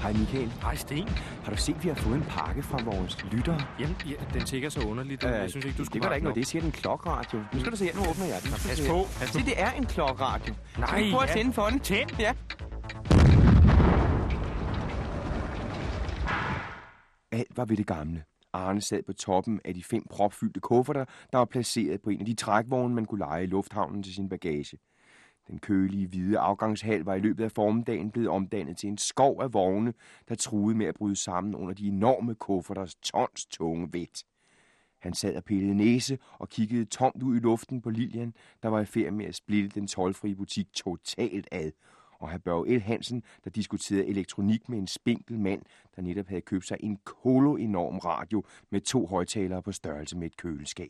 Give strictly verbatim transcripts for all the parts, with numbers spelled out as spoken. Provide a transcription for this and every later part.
Hej Michael. Hej Sten. Har du set, vi har fået en pakke fra vores lyttere? Jamen, ja, den tækker så underligt. Øh, jeg synes ikke, du skulle. Det var da ikke noget, det siger den klokradio. Nu skal du se her, nu åbner jeg den. Pas på, pas på. Se, det er en klokradio. Nej, skal vi prøve ja. at tænde for den? Tænd. Ja. Alt var ved det gamle. Arne sad på toppen af de fem propfyldte kufferter, der var placeret på en af de trækvogne, man kunne leje i lufthavnen til sin bagage. Den kølige, hvide afgangshal var i løbet af formiddagen blevet omdannet til en skov af vogne, der truede med at bryde sammen under de enorme kufferters tons tunge vægt. Han sad og pillede næse og kiggede tomt ud i luften på Lilian, der var i færd med at splitte den toldfrie butik totalt ad. Og hr. Børge L. Hansen, der diskuterede elektronik med en spinkel mand, der netop havde købt sig en kolo-enorm radio med to højttalere på størrelse med et køleskab.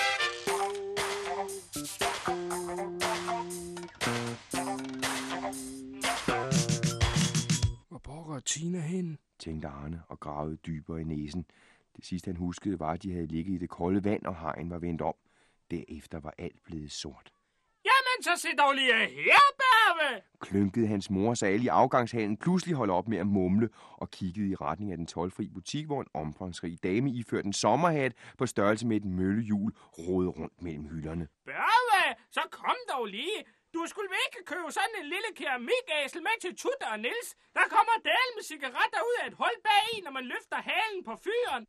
Hvor pokker Tina hen? Tænkte Arne og gravede dybere i næsen. Det sidste han huskede var, at de havde ligget i det kolde vand, og hajen var vendt om. Derefter var alt blevet sort. Jamen, så se dog lige her, Børge! Klynkede hans mor, så alle i afgangshallen pludselig holdt op med at mumle og kiggede i retning af den toldfri butik, hvor en omfangsrig dame iført en sommerhat på størrelse med et møllehjul rodede rundt mellem hylderne. Børge, så kom dog lige. Du skulle ikke købe sådan en lille keramikæsel med til Tutte og Niels. Der kommer del med cigaretter ud af et hul bagi, når man løfter halen på fyren.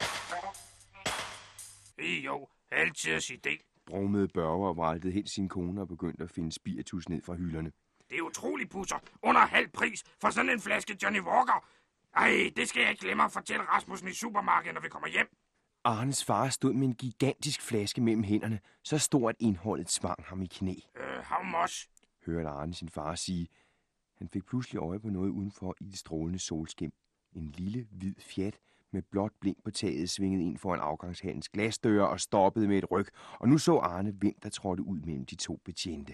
Jo, altid at sige det. Brummede Børge og vræltede hen sin kone og begyndte at finde spiritus ned fra hylderne. Det er utrolig pusser. Under halv pris for sådan en flaske Johnny Walker. Ej, det skal jeg ikke glemme at fortælle Rasmussen i supermarkedet, når vi kommer hjem. Arnes far stod med en gigantisk flaske mellem hænderne, så stor at indholdet svang ham i knæ. Øh, how much? Hørte Arne sin far sige. Han fik pludselig øje på noget udenfor i det strålende solskin. En lille, hvid Fiat med blåt blink på taget svingede ind foran afgangshallens glasdøre og stoppede med et ryg. Og nu så Arne, hvem der trådte ud mellem de to betjente.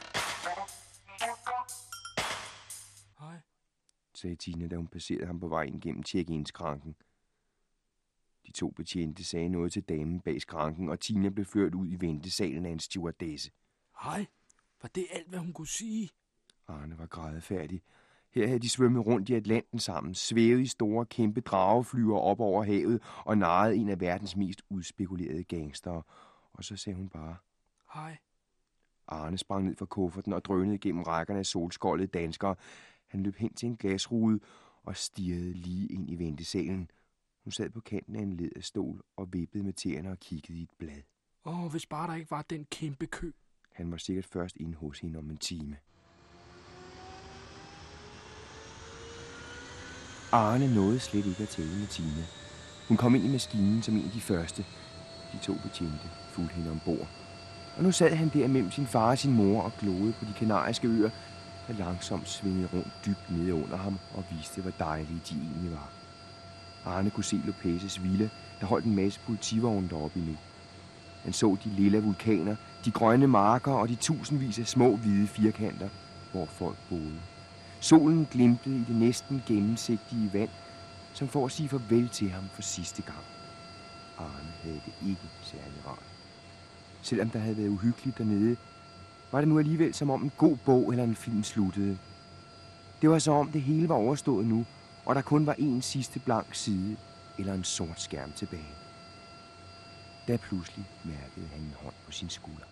Hej, sagde Tina, da hun passerede ham på vej ind gennem check-in-skranken. De to betjente sagde noget til damen bag skranken, og Tina blev ført ud i ventesalen af en stewardesse. hej. Var det alt, hvad hun kunne sige? Arne var grædefærdig. Her havde de svømmet rundt i Atlanten sammen, svævet i store, kæmpe drageflyver op over havet og narret en af verdens mest udspekulerede gangstere. Og så sagde hun bare, Hej. Arne sprang ned fra kufferten og drønede gennem rækkerne af solskoldede danskere. Han løb hen til en glasrude og stirrede lige ind i ventesalen. Hun sad på kanten af en læderstol og vippede med tæerne og kiggede i et blad. Åh, oh, hvis bare der ikke var den kæmpe kø. Han var sikkert først inde hos hende om en time. Arne nåede slet ikke at tale med Tina. Hun kom ind i maskinen som en af de første. De to betjente fulgte hende ombord. Og nu sad han der mellem sin far og sin mor og glodede på de kanariske øer, der langsomt svingede rundt dybt nede under ham og viste, hvor dejlige de egentlig var. Arne kunne se Lopez's villa, der holdt en masse politivogne deroppe endnu. Han så de lilla vulkaner, de grønne marker og de tusindvis af små hvide firkanter, hvor folk boede. Solen glimtede i det næsten gennemsigtige vand, som for at sige farvel til ham for sidste gang. Arne havde det ikke særlig rart. Selvom der havde været uhyggeligt dernede, var det nu alligevel som om en god bog eller en film sluttede. Det var så om det hele var overstået nu, og der kun var en sidste blank side eller en sort skærm tilbage. Da pludselig mærkede han en hånd på sin skulder.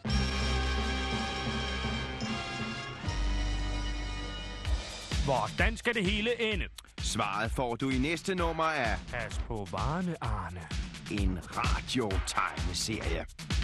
Hvordan skal det hele ende? Svaret får du i næste nummer af Pas på varerne, Arne. en radiotegneserie.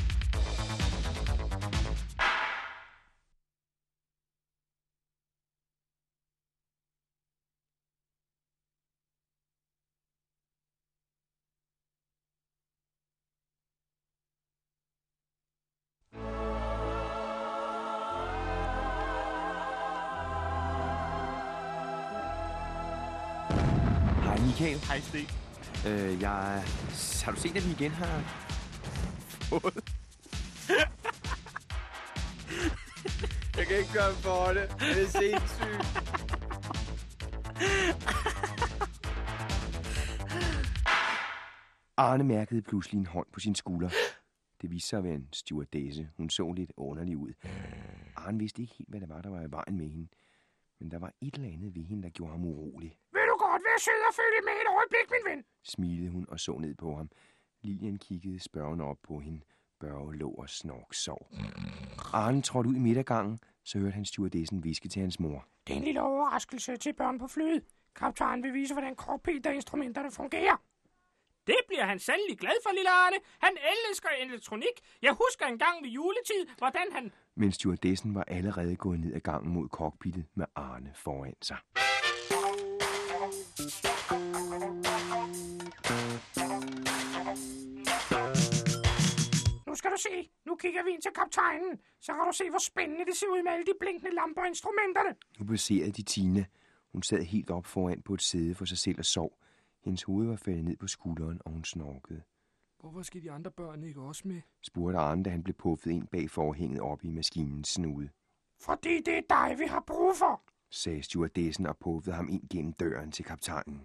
Hej Michael. Hej, Sten. Øh, jeg... Har du set, at vi igen har fået? Jeg kan ikke gøre for det. Det er sindssygt. Arne mærkede pludselig en hånd på sin skulder. Det viste sig at være en stewardesse. Hun så lidt underlig ud. Arne vidste ikke helt, hvad det var, der var i vejen med hende. Men der var et eller andet ved hende, der gjorde ham urolig. Vil du gå godt være sød og følge med et øjeblik, min ven. Smilede hun og så ned på ham. Lilian kiggede spørgende op på hende. Børge lå og snork sov. Arne trådte ud i midtergangen, så hørte han stewardessen hviske til hans mor. Det er en lille overraskelse til børn på flyet. Kaptajnen vil vise, hvordan cockpit og instrumenterne fungerer. Det bliver han sandelig glad for, lille Arne. Han elsker elektronik. Jeg husker en gang ved juletid, hvordan han... Men stewardessen var allerede gået ned ad gangen mod cockpittet med Arne foran sig. Nu skal du se. Nu kigger vi ind til kaptajnen. Så kan du se, hvor spændende det ser ud med alle de blinkende lamper og instrumenterne. Nu passerede de Tina. Hun sad helt op foran på et sæde for sig selv og sov. Hendes hoved var faldet ned på skulderen, og hun snorkede. Hvorfor skal de andre børn ikke også med? Spurgte Arne, da han blev puffet ind bag forhænget op i maskinens snude. Fordi det er dig, vi har brug for, sagde stewardessen og puffede ham ind gennem døren til kaptajnen.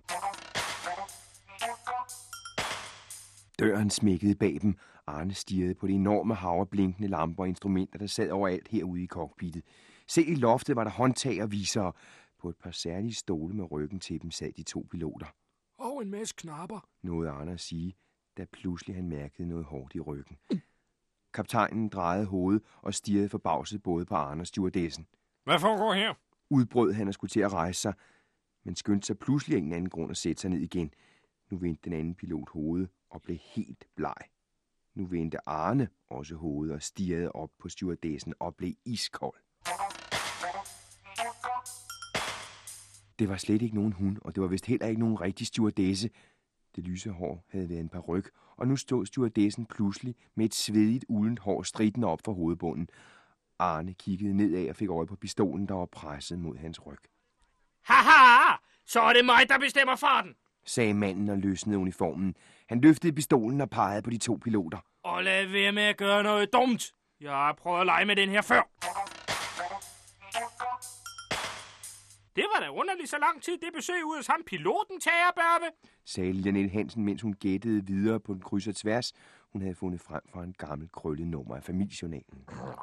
Døren smækkede bag dem. Arne stirrede på det enorme hav af blinkende lamper og instrumenter, der sad overalt herude i cockpittet. Selv i loftet var der håndtag og visere. På et par særlige stole med ryggen til dem sad de to piloter. Og en masse knapper. Nåede Arne at sige, da pludselig han mærkede noget hårdt i ryggen. Kaptajnen drejede hovedet og stirrede forbavset både på Arne og stewardessen. Hvad foregår her? Udbrød han og skulle til at rejse sig, men skyndte sig pludselig af en anden grund at sætte sig ned igen. Nu vendte den anden pilot hovedet og blev helt bleg. Nu vendte Arne også hovedet og stirrede op på stewardessen og blev iskold. Det var slet ikke nogen hund, og det var vist heller ikke nogen rigtig stewardesse. Det lyse hår havde været en paryk, og nu stod stewardessen pludselig med et svedigt, uldent hår stridende op for hovedbunden. Arne kiggede nedad og fik øje på pistolen, der var presset mod hans ryg. Haha! Så er det mig, der bestemmer farten, sagde manden og løsnede uniformen. Han løftede pistolen og pegede på de to piloter. Og lad være med at gøre noget dumt. Jeg har prøvet at lege med den her før. Det var da underligt så lang tid, det besøg ud hos ham piloten tager, Børve, sagde Lilian Hansen, mens hun gættede videre på den kryds og tværs. Hun havde fundet frem fra en gammel krøllet nummer af familiejournalen.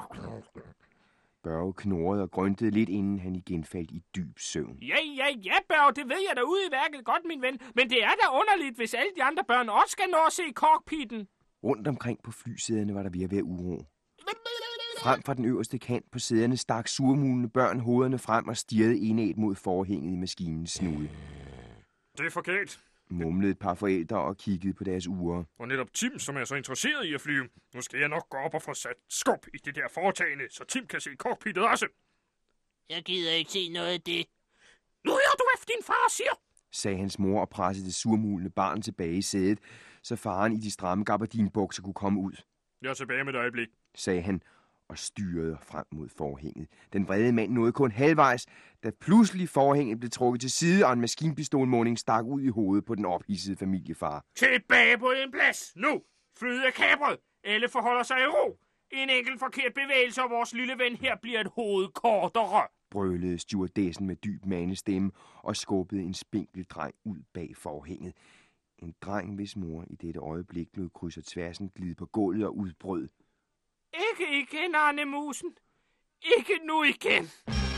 Børge knurrede og grøntede lidt, inden han igen faldt i dyb søvn. Ja, ja, ja, Børge, det ved jeg da ude i værket godt, min ven. Men det er da underligt, hvis alle de andre børn også skal nå at se cockpitten. Rundt omkring på flysæderne var der ved at være uro. Frem fra den øverste kant på sæderne stak surmulende børn hovederne frem og stirrede indad mod forhænget i maskinens snude. Det er forkert, mumlede et par forældre og kiggede på deres ure. Og netop Tim, som er så interesseret i at flyve. Nu skal jeg nok gå op og få sat skub i det der foretagende, så Tim kan se cockpittet også. Jeg gider ikke se noget af det. Nu hører du efter din far siger, sagde hans mor og pressede det surmulende barn tilbage i sædet, så faren i de stramme gabardinbukser kunne komme ud. Jeg er tilbage med et øjeblik, sagde han og styrede frem mod forhænget. Den vrede mand nåede kun halvvejs, da pludselig forhænget blev trukket til side, og en maskinpistolmåling stak ud i hovedet på den ophidsede familiefar. Tilbage på din plads, nu! Flyet er kapret. Alle forholder sig i ro. En enkelt forkert bevægelse, og vores lille ven her bliver et hoved kortere, brølede stewardessen med dyb manestemme og skubbede en spinkel dreng ud bag forhænget. En dreng, hvis mor i dette øjeblik blev kryds og tværsen glide på gulvet og udbrød. Ikke igen, Arne Musen. Ikke nu igen.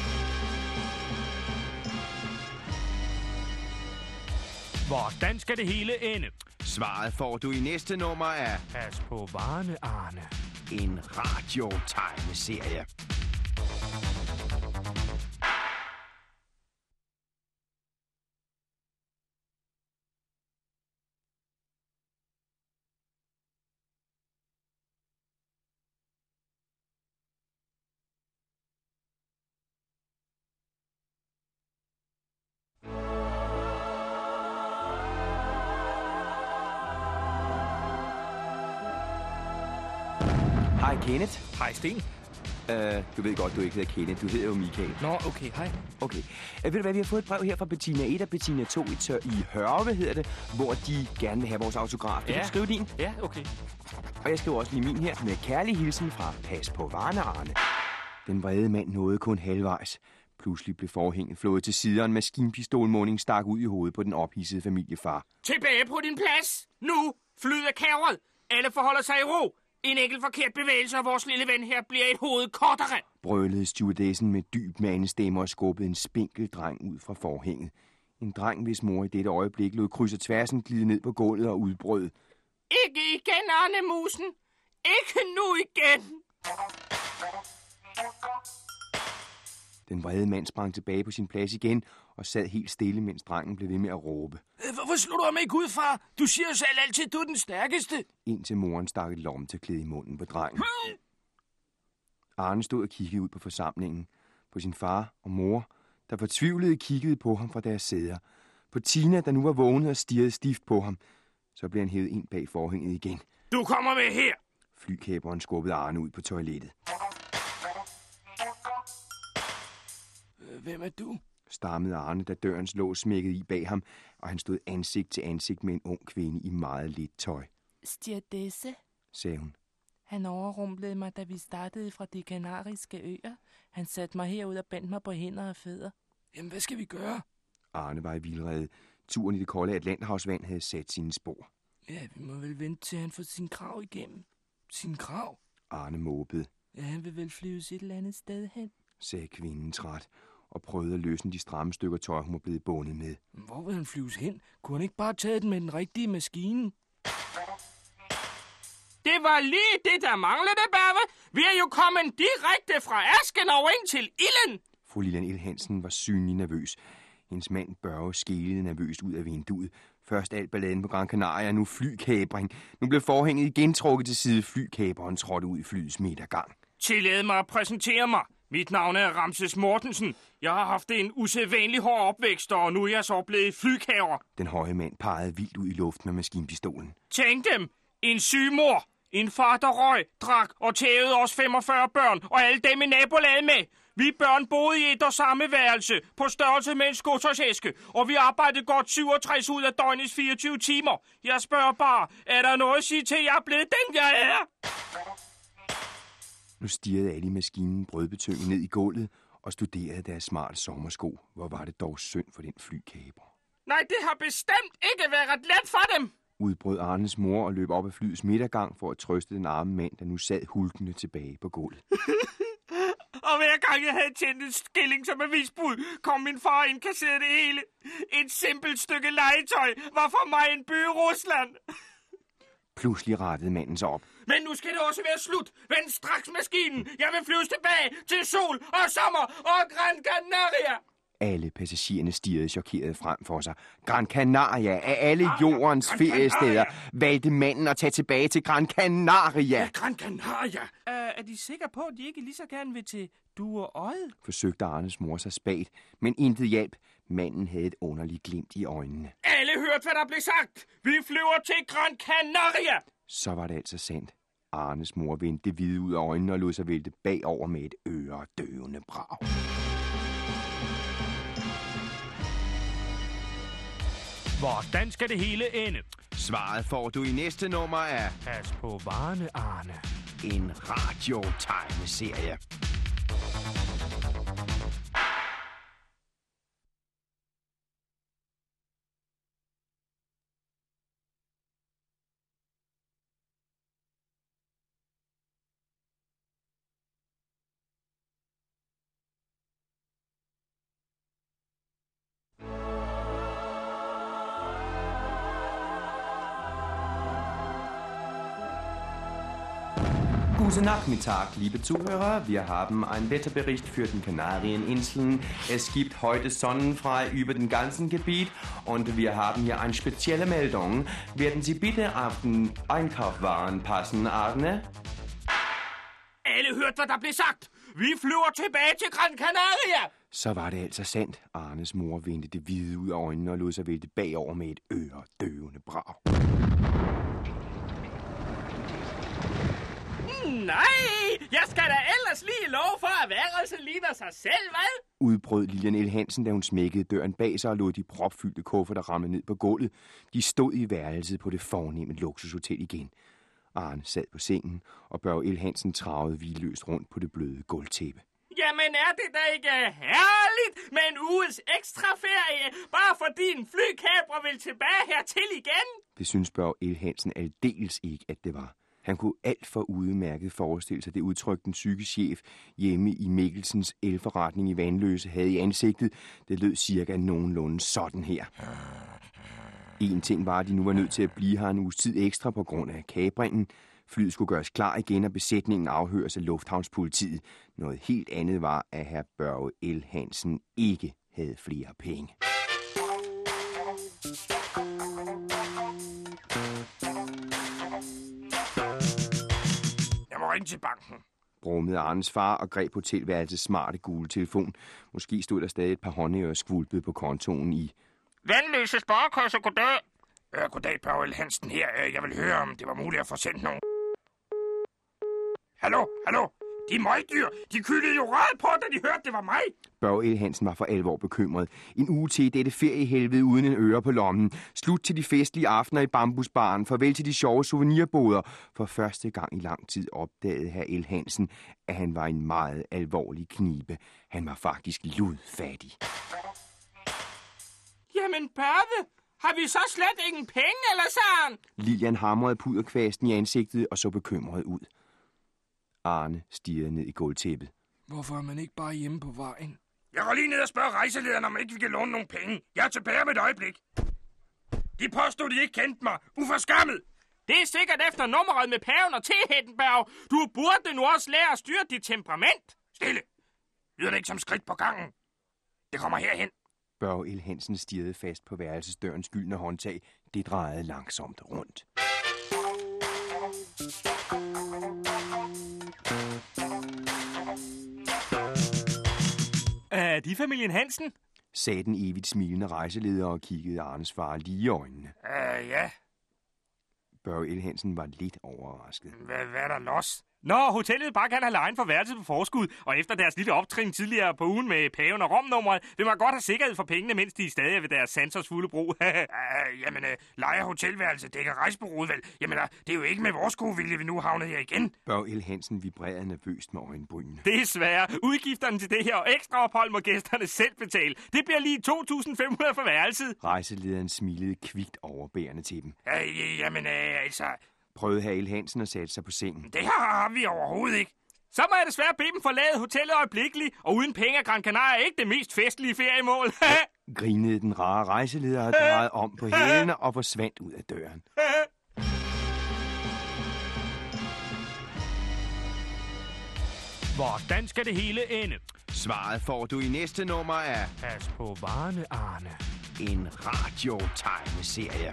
Hvordan skal det hele ende? Svaret får du i næste nummer af Pas på varerne, Arne. En radiotegneserie. Hej Kenneth. Hej Sten. Uh, du ved godt, du ikke hedder Kenneth. Du hedder jo Michael. Nå, okay, hej. Okay. Uh, ved du hvad, vi har fået et brev her fra Bettina et og Bettina to i, tør, i Hørve, hedder det, hvor de gerne vil have vores autograf. Kan Ja. du skrive din? Ja, okay. Og jeg skriver også lige min her med kærlig hilsen fra Pas på varerne, Arne. Den vrede mand nåede kun halvvejs. Pludselig blev forhænget flået til side, og en maskinpistolmåling stak ud i hovedet på den ophidsede familiefar. Tilbage på din plads. Nu. Flyet er kapret. Alle forholder sig i ro. En enkelt forkert bevægelse, og vores lille ven her bliver et hoved kortere, Brølede stewardessen med dyb manestemme og skubbede en spinkel dreng ud fra forhænget. En dreng, hvis mor i dette øjeblik lod kryds og tværsen glide ned på gulvet og udbrød. Ikke igen, Arne Musen. Ikke nu igen. Den vrede mand sprang tilbage på sin plads igen og sad helt stille, mens drengen blev ved med at råbe. Hvorfor slår du ham ikke ud, far? Du siger selv altid, at du er den stærkeste. Indtil moren stak et lommetørklæde i munden på drengen. Arne stod og kiggede ud på forsamlingen. På sin far og mor, der fortvivlede kiggede på ham fra deres sæder. På Tina, der nu var vågnet og stirrede stift på ham. Så blev han hævet ind bag forhænget igen. Du kommer med her. Flykæberen skubbede Arne ud på toilettet. Hvem er du? Stammede Arne, da dørens lås smækkede i bag ham, og han stod ansigt til ansigt med en ung kvinde i meget lidt tøj. Stirdesse, Sagde hun. han overrumplede mig, da vi startede fra de kanariske øer. Han satte mig herud og bandt mig på hænder og fødder. Jamen, hvad skal vi gøre? Arne var i vildrede. Turen i det kolde Atlanterhavsvand havde sat sine spor. Ja, vi må vel vente til han får sin krav igennem. Sin krav? Arne måbede, Ja, han vil vel flyves et eller andet sted hen. sagde kvinden træt, og prøvede at løsne de stramme stykker tøj, hun var blevet bundet med. Hvor vil han flyves hen? Kunne han ikke bare tage den med den rigtige maskine? Det var lige det, der manglede, Berve. Vi er jo kommet direkte fra asken over ind til ilden. Fru Lilian L. Hansen var synlig nervøs. Hendes mand Børge skelede nervøst ud af vinduet. Først alt balladen på Gran Canaria, nu flykabring. Nu blev forhænget igen trukket til side. Flykaberen trådte ud i flyets midtergang. Tillad mig at præsentere mig. Mit navn er Ramses Mortensen. Jeg har haft en usædvanlig hård opvækst, og nu er jeg så blevet flykaver. Den høje mand pegede vildt ud i luften med maskinpistolen. Tænk dem. En syg mor. En far, der røg, drak og tævede os femogfyrre børn, og alle dem i nabolaget med. Vi børn boede i et og samme værelse, på størrelse med en skotøjsæske, og vi arbejdede godt syvogtres ud af døgnets fireogtyve timer. Jeg spørger bare, er der noget at sige til, at jeg er blevet den, jeg er? Nu stirrede alle i maskinen brødbetynget ned i gulvet og studerede deres smarte sommersko. Hvor var det dog synd for den flykaber. Nej, det har bestemt ikke været let for dem. Udbrød Arnes mor og løb op af flyets midtergang for at trøste den arme mand, der nu sad hulkende tilbage på gulvet. Og hver gang jeg havde tjent en skilling som avisbud, kom min far og indkasserede det hele. Et simpelt stykke legetøj var for mig en by i Rusland. Pludselig rettede manden sig op. Men nu skal det også være slut. Vend straks maskinen. Jeg vil flyves tilbage til sol og sommer og Gran Canaria. Alle passagererne stirrede chokeret frem for sig. Gran Canaria af alle jordens feriesteder valgte manden at tage tilbage til Gran Canaria. Gran Canaria. Uh, er de sikre på, at de ikke lige så gerne vil til Duer Øjet? Forsøgte Arnes mor sig spagt, men intet hjalp. Manden havde et underligt glimt i øjnene. Alle hørte, hvad der blev sagt. Vi flyver til Gran Canaria. Så var det altså sandt. Arnes mor vendte hvide ud af øjnene og lod sig vælte bagover med et øredøvende brag. Hvordan skal det hele ende? Svaret får du i næste nummer af Pas på varerne, Arne. en radiotegneserie. Guten Nachmittag, liebe Zuhörer. Wir haben einen Wetterbericht für den Kanarieninseln. Es gibt heute sonnenfrei über den ganzen Gebiet und wir haben hier eine spezielle Meldung. Werden Sie bitte auf den Einkaufswaren passen, Arne? Alle hørte, hvad der blev sagt. Vi flyver tilbage til Gran Canaria. Så var det altså sandt. Arnes mor vendte det hvide ud af øjnene og lod sig vælte bagover med et øredøvende brag. Nej, jeg skal da ellers lige lov for, at værelset ligner sig selv, hvad? Udbrød Lilian L. Hansen, da hun smækkede døren bag sig og lod de propfyldte kufferter ramme ned på gulvet. De stod i værelset på det fornemme luksushotel igen. Arne sad på sengen, og Børge L. Hansen travede hvileløst rundt på det bløde gulvtæppe. Jamen er det da ikke herligt med en uges ekstra ferie, bare fordi en flykæber vil tilbage hertil igen? Det synes Børge L. Hansen aldeles ikke, at det var. Han kunne alt for udmærket forestille sig det udtryk, den psykichef hjemme i Mikkelsens elforretning i Vandløse havde i ansigtet. Det lød cirka nogenlunde sådan her. En ting var, at de nu var nødt til at blive her en uges tid ekstra på grund af kapringen. Flyet skulle gøres klar igen, og besætningen afhøres af lufthavnspolitiet. Noget helt andet var, at hr. Børge L. Hansen ikke havde flere penge. Jeg må ringe til banken, brummede Arnes far og greb hotelværelsets smarte gule telefon. Måske stod der stadig et par håndører skvulpet på kontoen i. Vandløse Sparekasse, goddag. Øh, goddag, Børge L. Hansen her. Jeg vil høre, om det var muligt at få sendt nogen. Hallo, hallo. De møgdyr, de kyldede jo rød på, da de hørte, det var mig. Børge L. Hansen var for alvor bekymret. En uge til i dette feriehelvede uden en øre på lommen. Slut til de festlige aftener i bambusbaren. Farvel til de sjove souvenirboder. For første gang i lang tid opdagede hr. L. Hansen, at han var en meget alvorlig knibe. Han var faktisk ludfattig. Jamen, Børge, har vi så slet ingen penge, eller sådan? Lilian hamrede puderkvasten i ansigtet og så bekymret ud. Arne stirrede ned i gulvtæppet. Hvorfor er man ikke bare hjemme på vejen? Jeg går lige ned og spørger rejselederen, om ikke vi kan låne nogle penge. Jeg er tilbage med et øjeblik. De påstod, de ikke kendte mig. Uforskammet. Det er sikkert efter nummeret med paven og Tehættenberg. Du burde nu også lære at styre dit temperament. Stille. Lyder det ikke som skridt på gangen? Det kommer herhen. Børge L. Hansen stirrede fast på værelsesdørens gyldne håndtag. Det drejede langsomt rundt. Er de familien Hansen? Sagde den evigt smilende rejseleder og kiggede Arnes far lige i øjnene. Uh, ja. Børge L. Hansen var lidt overrasket. Hvad, hvad er der los? Nå, hotellet bare kan have lejen for værelset på forskud, og efter deres lille optrin tidligere på ugen med paven og romnummeret, vil man godt have sikkerhed for pengene, mens de stadig er ved deres sansers fulde brug. uh, jamen, uh, leje hotelværelse dækker rejsebureauet vel? Jamen, uh, det er jo ikke med vores gode vilje, vi nu havnet her igen. Børge L. Hansen vibrerede nervøst med øjenbrynene. Det er svært. Udgifterne til det her og ekstra ophold må gæsterne selv betale. Det bliver lige to tusind fem hundrede for værelset. Rejselederen smilede kvikt overbærende til dem. Uh, jamen, uh, altså... Prøvede hr. L. Hansen at sætte sig på sengen. Det her har vi overhovedet ikke. Så må jeg desværre bede dem forlade hotellet øjeblikkeligt, og uden penge er Gran Canaria ikke det mest festlige feriemål. Grinede den rare rejseleder og drejede om på hælene og forsvandt ud af døren. Hvordan skal det hele ende? Svaret får du i næste nummer af Pas på varene, Arne. En radiotegneserie.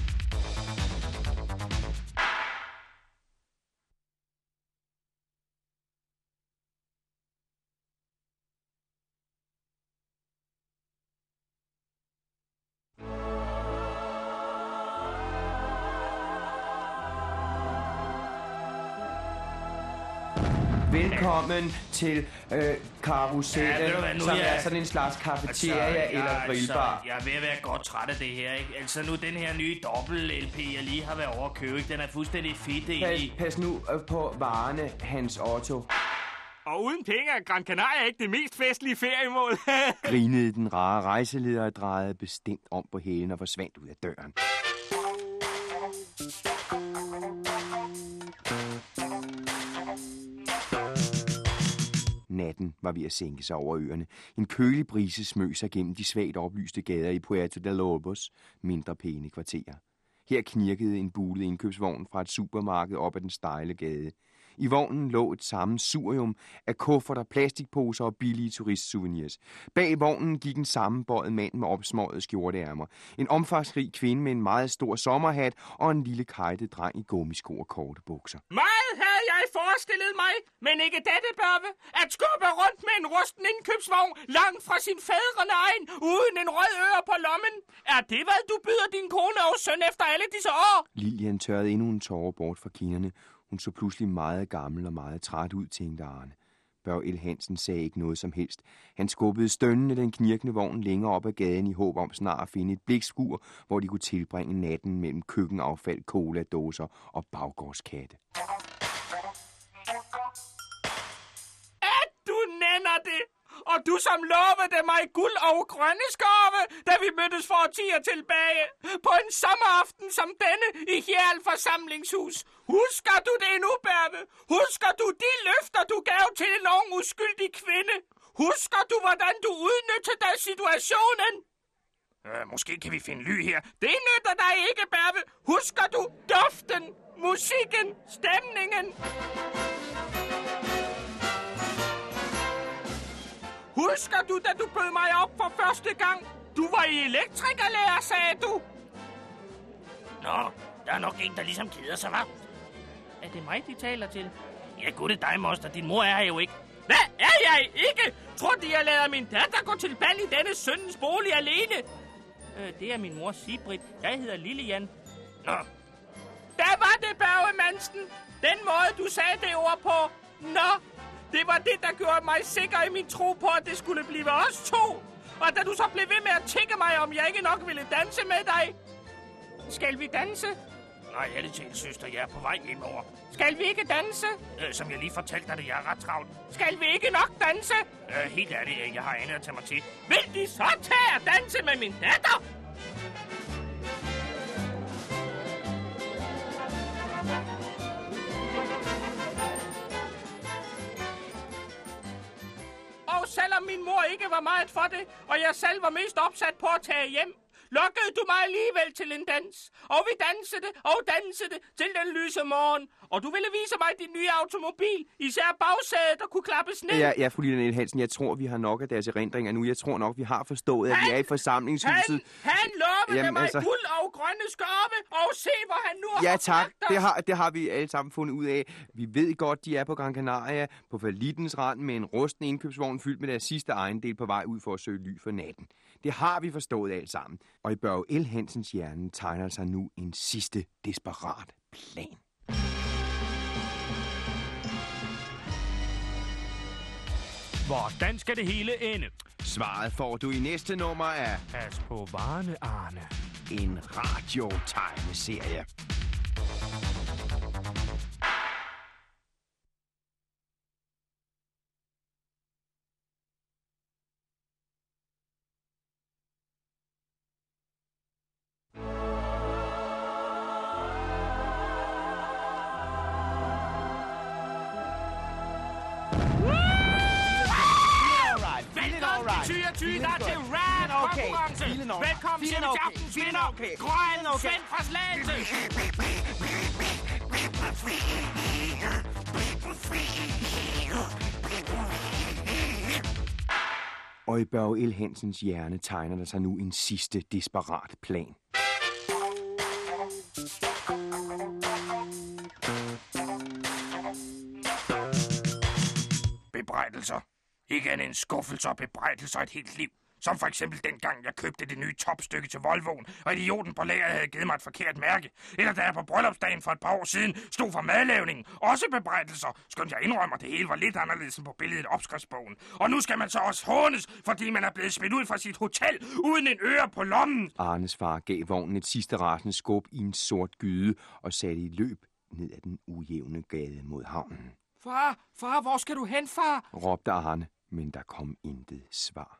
Velkommen til øh, Karusellen, ja, som jeg... er sådan en slags cafeteria altså, eller ja, grillbar. Altså, jeg er ved at være godt træt af det her, ikke? Altså nu den her nye dobbelt-L P, jeg lige har været over at købe, ikke? Den er fuldstændig fedt egentlig. Pas, pas nu øh, på varerne, Hans Otto. Og uden penge er Gran Canaria ikke det mest festlige feriemål. Grinede den rare rejseleder og drejede bestemt om på hælen og forsvandt ud af døren. Natten var ved at sænke sig over øerne. En kølig brise smøg sig gennem de svagt oplyste gader i Puerto de Lobos, mindre pæne kvarterer. Her knirkede en bulet indkøbsvogn fra et supermarked op ad den stejle gade. I vognen lå et sammensurium af kufferter, plastikposer og billige turistsouvenirs. Bag vognen gik en sammenbøjet mand med opsmøgede skjorteærmer. En omfangsrig kvinde med en meget stor sommerhat og en lille kejtet dreng i gummisko og korte bukser. Meget havde jeg forestillet mig, men ikke dette, Børge. At skubbe rundt med en rusten indkøbsvogn langt fra sin fædrende egen, uden en rød øre på lommen. Er det, hvad du byder din kone og søn efter alle disse år? Lilian tørrede endnu en tårer bort fra kinderne. Hun så pludselig meget gammel og meget træt ud, tænkte Arne. Børge L. Hansen sagde ikke noget som helst. Han skubbede stønnende den knirkende vogn længere op ad gaden i håb om snart at finde et blikskur, hvor de kunne tilbringe natten mellem køkkenaffald, coladåser og baggårdskatte. At du nænder det! Og du som lovede mig guld og grønne skarve, da vi mødtes for årtier tilbage. På en sommeraften som denne i Hjal forsamlingshus. Husker du det nu, Berve? Husker du de løfter, du gav til en ung uskyldig kvinde? Husker du, hvordan du udnyttede situationen? Øh, måske kan vi finde ly her. Det nytter dig ikke, Berve. Husker du duften, musikken, stemningen? Husker du, da du bød mig op for første gang? Du var i elektrikerlærer, sagde du. Nå, der er nok en, der ligesom keder sig, hva'? Er det mig, de taler til? Ja, gud, det er dig, moster. Din mor er her jo ikke. Hvad er jeg ikke? Tror de, jeg lader min datter gå til bal i denne søndens bolig alene? Øh, det er min mor Sigrid. Jeg hedder Lilian. Nå. Der var det, Børge Madsen. Den måde, du sagde det ord på. Nå, det var det, der gjorde mig sikker i min tro på, at det skulle blive os to. Og da du så blev ved med at tikke mig, om jeg ikke nok ville danse med dig. Skal vi danse? Nej, er det til, søster. Jeg er på vej hjemover. Skal vi ikke danse? Øh, som jeg lige fortalte dig, det jeg er ret travlt. Skal vi ikke nok danse? Øh, helt ærligt, jeg har andet at tage mig til. Vil de så tage at danse med min datter? Og selvom min mor ikke var meget for det, og jeg selv var mest opsat på at tage hjem, lukkede du mig alligevel til en dans. Og vi dansede og dansede til den lyse morgen. Og du ville vise mig din nye automobil. Især bagsædet, der kunne klappes ned. Ja, ja, fru Lilian Hansen, jeg tror, vi har nok af deres erindringer nu. Jeg tror nok, vi har forstået, at han, vi er i forsamlingshuset. Han, han lovede Jamen, mig altså... guld og grønne skarve, og se, hvor han nu ja, har tak. bragt os. Det har, det har vi alle sammen fundet ud af. Vi ved godt, de er på Gran Canaria, på fallittens rand med en rusten indkøbsvogn fyldt med deres sidste ejendel på vej ud for at søge ly for natten. Det har vi forstået alt sammen. Og i Børge L. Hansens hjerne tegner sig nu en sidste desperat plan. Hvordan skal det hele ende? Svaret får du i næste nummer af Pas på varerne, Arne. en radiotegneserie. tyve, der er til rad-konkurrence. Velkommen til aftens vinder. Grøn Svend fra Slagelse. Og i Børge L. Hansens hjerne tegner der sig nu en sidste desperat plan. Bebrejdelser. Igen en skuffelse og bebrejdelser et helt liv. Som for eksempel dengang, jeg købte det nye topstykke til Volvoen, og idioten på lageret havde givet mig et forkert mærke. Eller da jeg på bryllupsdagen for et par år siden stod for madlavningen. Også bebrejdelser, skønt jeg indrømmer, det hele var lidt anderledes end på billedet i opskriftsbogen. Og nu skal man så også hånes, fordi man er blevet smidt ud fra sit hotel uden en øre på lommen. Arnes far gav vognen et sidste rasende skub i en sort gyde og satte i løb ned ad den ujævne gade mod havnen. Far, far, hvor skal du hen, far? Råbte Arne, men der kom intet svar.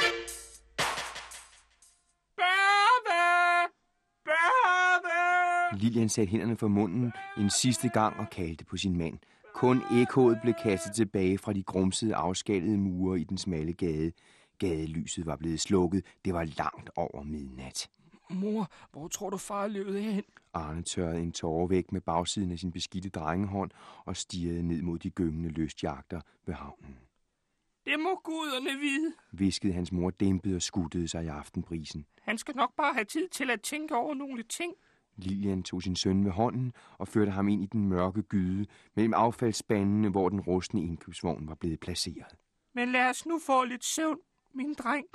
Børge! Børge! Lilian satte hænderne for munden en sidste gang og kaldte på sin mand. Kun ekkoet blev kastet tilbage fra de grumsede, afskallede mure i den smalle gade. Gadelyset var blevet slukket. Det var langt over midnat. Mor, hvor tror du far er løbet hen? Arne tørrede en tåre væk med bagsiden af sin beskidte drengehånd og stirrede ned mod de gyngende lystjagter ved havnen. Det må guderne vide, Viskede hans mor dæmpet og skuttede sig i aftenbrisen. han skal nok bare have tid til at tænke over nogle ting. Lilian tog sin søn ved hånden og førte ham ind i den mørke gyde mellem affaldsspandene, hvor den rustne indkøbsvogn var blevet placeret. Men lad os nu få lidt søvn, min dreng.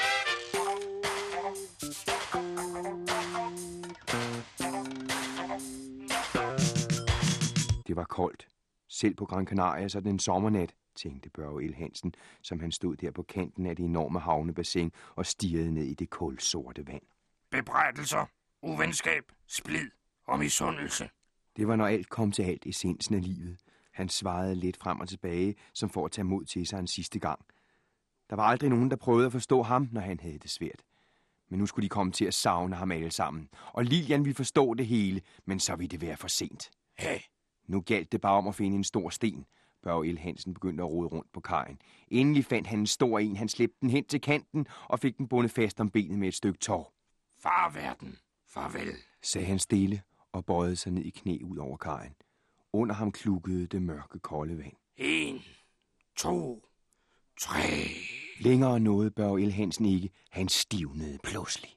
Det var koldt. Selv på Gran Canaria sådan en sommernat, tænkte Børge L. Hansen, som han stod der på kanten af det enorme havnebassin og stirrede ned i det kulsorte vand. Bebrejdelser, uvenskab, splid og misundelse. Det var, når alt kom til alt, essensen af livet. Han svarede lidt frem og tilbage, som for at tage mod til sig en sidste gang. Der var aldrig nogen, der prøvede at forstå ham, når han havde det svært. Men nu skulle de komme til at savne ham alle sammen. Og Lilian ville forstå det hele, men så ville det være for sent. Hey. Nu galt det bare om at finde en stor sten. Børge L. Hansen begyndte at rode rundt på kajen. Endelig fandt han en stor en. Han slæbte den hen til kanten og fik den bundet fast om benet med et stykke tår. Farverden, farvel, sagde han stille og bøjede sig ned i knæ ud over kajen. Under ham klukkede det mørke, kolde vand. En, to, tre. Længere nåede Børge L. Hansen ikke. Han stivnede pludselig.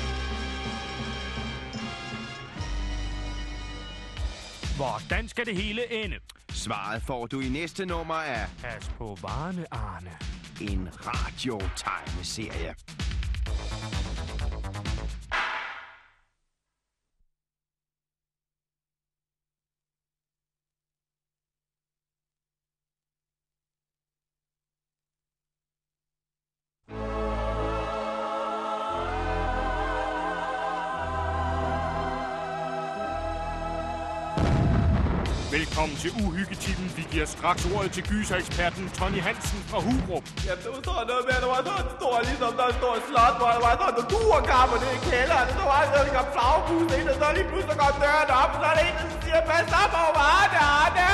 Hvordan skal det hele ende? Svaret får du i næste nummer af Pas på varerne, Arne. En radiotegneserie. Velkommen til Uhyggetimen. Vi giver straks ordet til gysereksperten Tony Hansen fra Hurup. Jamen, der var sådan noget med, at der var sådan en stor, ligesom der stod et slot, hvor der var sådan en naturkammer nede i kælderen. Så var der sådan en flagpust ind, og så lige pludselig går døren op, og så er der en, der siger, pas op over Arne, Arne!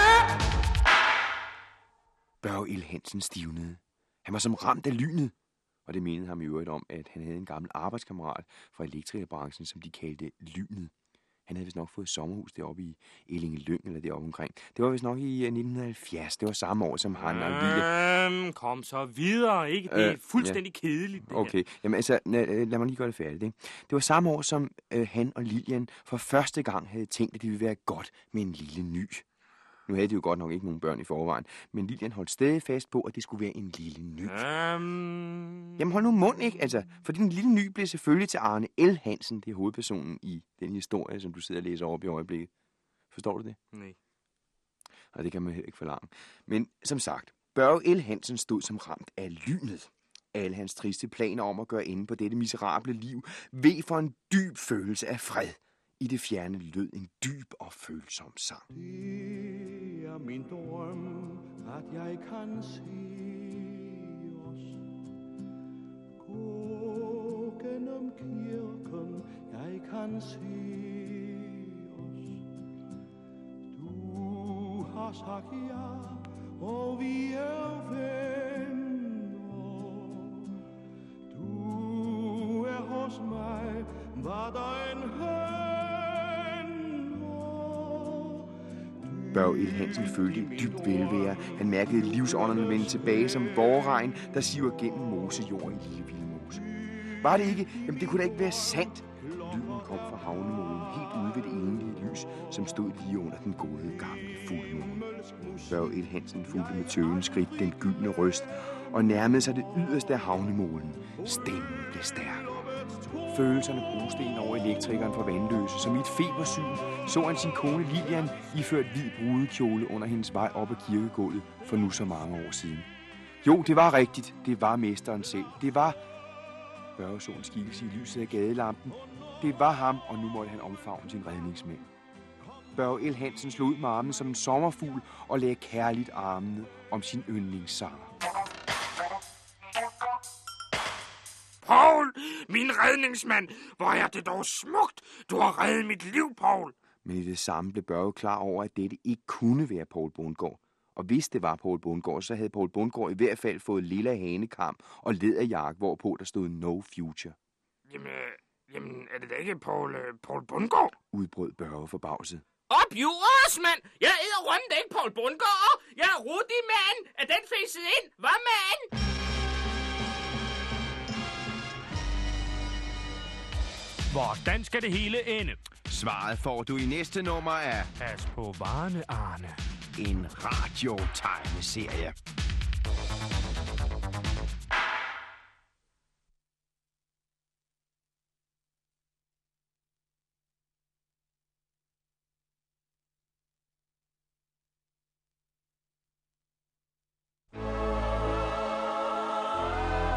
Børge L. Hansen stivnede. Han var som ramt af lynet. Og det mindede ham i øvrigt om, at han havde en gammel arbejdskammerat fra elektrikerbranchen, som de kaldte Lynet. Han havde vist nok fået et sommerhus deroppe i Ellinge Lyng, eller deroppe omkring. Det var vist nok i nitten halvfjerds. Det var samme år, som han og Lille... Øhm, kom så videre, ikke? Det er øh, fuldstændig ja. kedeligt, det Okay, her. jamen altså, lad mig lige gøre det færdigt, ikke? Det var samme år, som øh, han og Lilian for første gang havde tænkt, at det ville være godt med en lille ny. Nu havde de jo godt nok ikke nogen børn i forvejen, men Lilian holdt stadig fast på, at det skulle være en lille ny. Um... Jamen hold nu mund, ikke? Altså, for den lille ny blev selvfølgelig til Arne L. Hansen, det er hovedpersonen i den historie, som du sidder og læser op i øjeblikket. Forstår du det? Nej. Og det kan man heller ikke forlange. Men som sagt, Børge L. Hansen stod som ramt af lynet. Alle hans triste planer om at gøre ende på dette miserable liv ved for en dyb følelse af fred. I det fjerne lød en dyb og følsom sang. Det er min drøm, at jeg kan se os gå gennem kirken. Jeg kan se os. Du har sagt ja, og vi er venner. Du er hos mig, var der en høn. Børge L. Hansen følte en dybt velvære. Han mærkede livsånderne vende tilbage som vårregn, der siver gennem mosejorden i Lille Vildmose. Var det ikke? Jamen det kunne da ikke være sandt. Lyden kom fra havnemålen helt ude ved det enlige lys, som stod lige under den gode gamle fuldmåne. Børge L. Hansen fulgte med tøvende skridt den gyldne røst og nærmede sig det yderste af havnemålen. Stemmen blev stærkere. Følelserne bruste ind over elektrikeren fra Vandløse. Som i et febersyn så han sin kone Lilian iført hvid brudekjole under hendes vej op ad kirkegulvet for nu så mange år siden. Jo, det var rigtigt. Det var mesteren selv. Det var... Børge så en skikkelse i lyset af gadelampen. Det var ham, og nu måtte han omfavne sin redningsmænd. Børge L. Hansen slog ud med armene som en sommerfugl og lagde kærligt armene om sin yndlingssanger. Paul, min redningsmand, hvor er det dog smukt. Du har reddet mit liv, Paul. Men i det samme blev Børge klar over, at dette ikke kunne være Poul Bundgaard. Og hvis det var Poul Bundgaard, så havde Poul Bundgaard i hvert fald fået lilla hanekam og læderjakke, hvorpå der stod no future. Jamen, øh, jamen er det da ikke Poul, øh, Poul Bundgaard? Udbrød Børge forbavset. Op, Juras, mand! Jeg æder rundt ikke Poul Bundgaard! Jeg er Rudi, mand! Er den fæset ind? Hvad, mand? Hvordan skal det hele ende? Svaret får du i næste nummer af Pas på varerne, Arne. En radiotegneserie.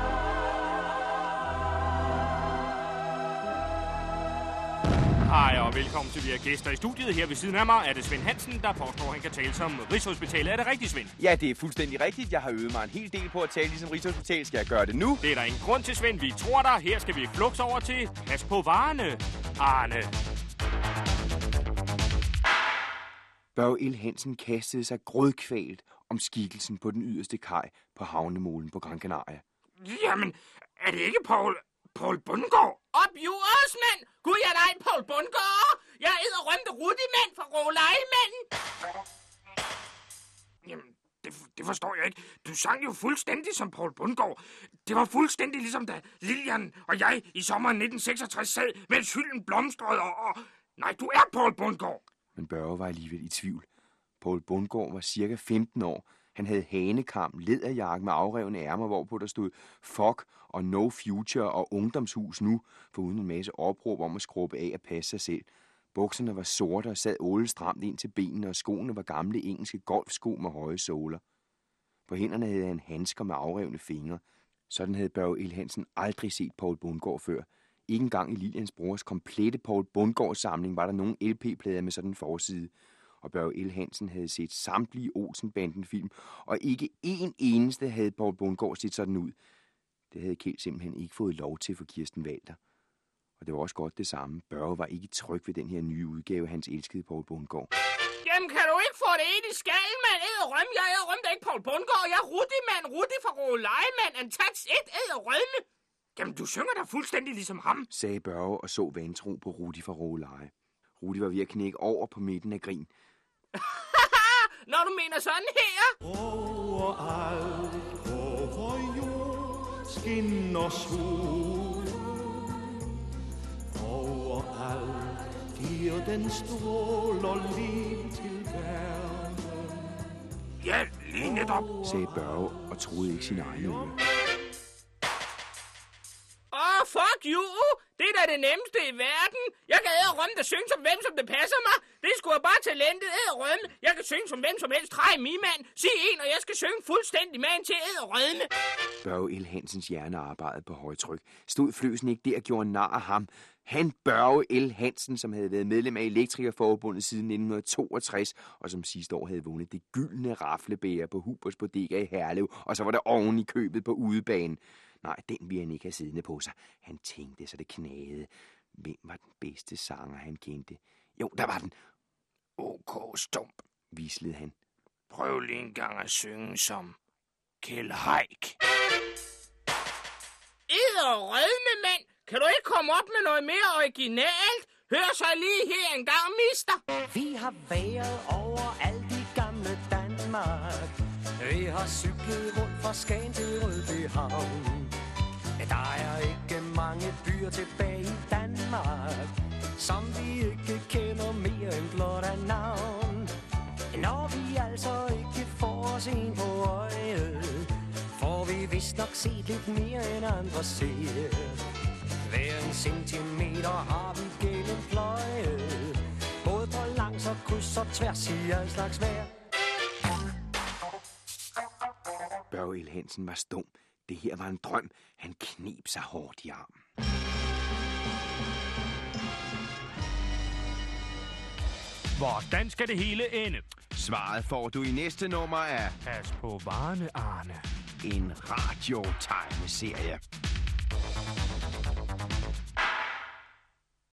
Hej og velkommen til, vi er gæster i studiet. Her ved siden af mig er det Svend Hansen, der påstår, han kan tale som Rigshospitalet. Er det rigtigt, Svend? Ja, det er fuldstændig rigtigt. Jeg har øvet mig en hel del på at tale ligesom Rigshospitalet. Skal jeg gøre det nu? Det er der ingen grund til, Svend. Vi tror dig. Her skal vi flux over til Pas på varerne, Arne. Børge L. Hansen kastede sig grødkvalt om skikkelsen på den yderste kaj på havnemolen på Gran Canaria. Jamen, er det ikke Paul... Paul Bundgaard? Op jures, mand! Gud, jeg er dig, Paul Bundgaard! Jeg er rømte Rudi-mand fra Rålejemanden! Jamen, det, det forstår jeg ikke. Du sang jo fuldstændig som Paul Bundgaard. Det var fuldstændig ligesom da Lilian og jeg i sommeren nitten seksogtres sad, mens hylden blomstrede og, og... Nej, du er Paul Bundgaard! Men Børge var alligevel i tvivl. Paul Bundgaard var cirka femten år. Han havde hanekam, læderjakke med afrevne ærmer, hvorpå der stod fuck og no future og ungdomshus nu, foruden en masse opråb om at skrubbe af og passe sig selv. Bukserne var sorte og sad ålestramt ind til benene, og skoene var gamle engelske golfsko med høje såler. På hænderne havde han handsker med afrevne fingre. Sådan havde Børge L. Hansen aldrig set Paul Bundgaard før. Ikke engang i Lilians brors komplette Paul Bundgaard-samling var der nogen L P-plader med sådan en forside. Og Børge L. Hansen havde set samtlige Olsen-banden-film, og ikke én eneste havde Paul Bundgaard set sådan ud. Det havde Kjeld simpelthen ikke fået lov til for Kirsten Walter. Og det var også godt det samme. Børge var ikke tryg ved den her nye udgave, hans elskede Paul Bundgaard. Jamen, kan du ikke få det ind i skallen, mand? Æderrømme, jeg er rømme, ikke Paul Bundgaard. Jeg er Rudi, mand. Rudi fra Rålejemand. Antats et æderrømme. Jamen, du synger da fuldstændig ligesom ham, sagde Børge og så vantro på Rudi fra Råleje. Rudi var ved at knække over på midten af grin. Når du mener sådan her. Overalt over jord skinner sol. Overalt giver den stråler liv til verden. Ja, lige netop, sagde Børge og troede ikke sin egen øre. Åh, oh, fuck you! Det er da det nemmeste i verden. Jeg kan æderrømme, der synge som hvem, som det passer mig. Det er sgu bare talentet, æderrømme. Jeg kan synge som hvem som helst. Træ i mig, mand. Sig en, og jeg skal synge fuldstændig mand til æderrømme. Børge L. Hansens hjerne arbejdede på højtryk. Stod Fløsen ikke der og gjorde nar af ham? Han, Børge L. Hansen, som havde været medlem af Elektrikerforbundet siden nitten toogtres, og som sidste år havde vundet det gyldne raflebæger på Hubers Bodega i Herlev, og så var der oven i købet på udebanen. Nej, den ville han ikke have siddende på sig. Han tænkte, så det knagede. Hvem var den bedste sanger, han kendte? Jo, der var den. OK Stump, vislede han. Prøv lige en gang at synge som Kjeld Haik. Æderrømme, mand. Kan du ikke komme op med noget mere originalt? Hør så lige her en gang, mister. Vi har været over alt i gamle Danmark. Vi har cyklet rundt fra Skagen til Rødbyhavn. Der er ikke mange byer tilbage i Danmark, som vi ikke kender mere end blot af navn. Når vi altså ikke får os en på øjet, får vi vist nok set lidt mere end andre ser. Hver en centimeter har vi gennempløjet, både på langs og kryds og tværs i al slags vejr. Børge L. Hansen var stum. Det her var en drøm. Han kneb sig hårdt i armen. Hvordan skal det hele ende? Svaret får du i næste nummer af Pas på varerne, Arne. en radiotegneserie.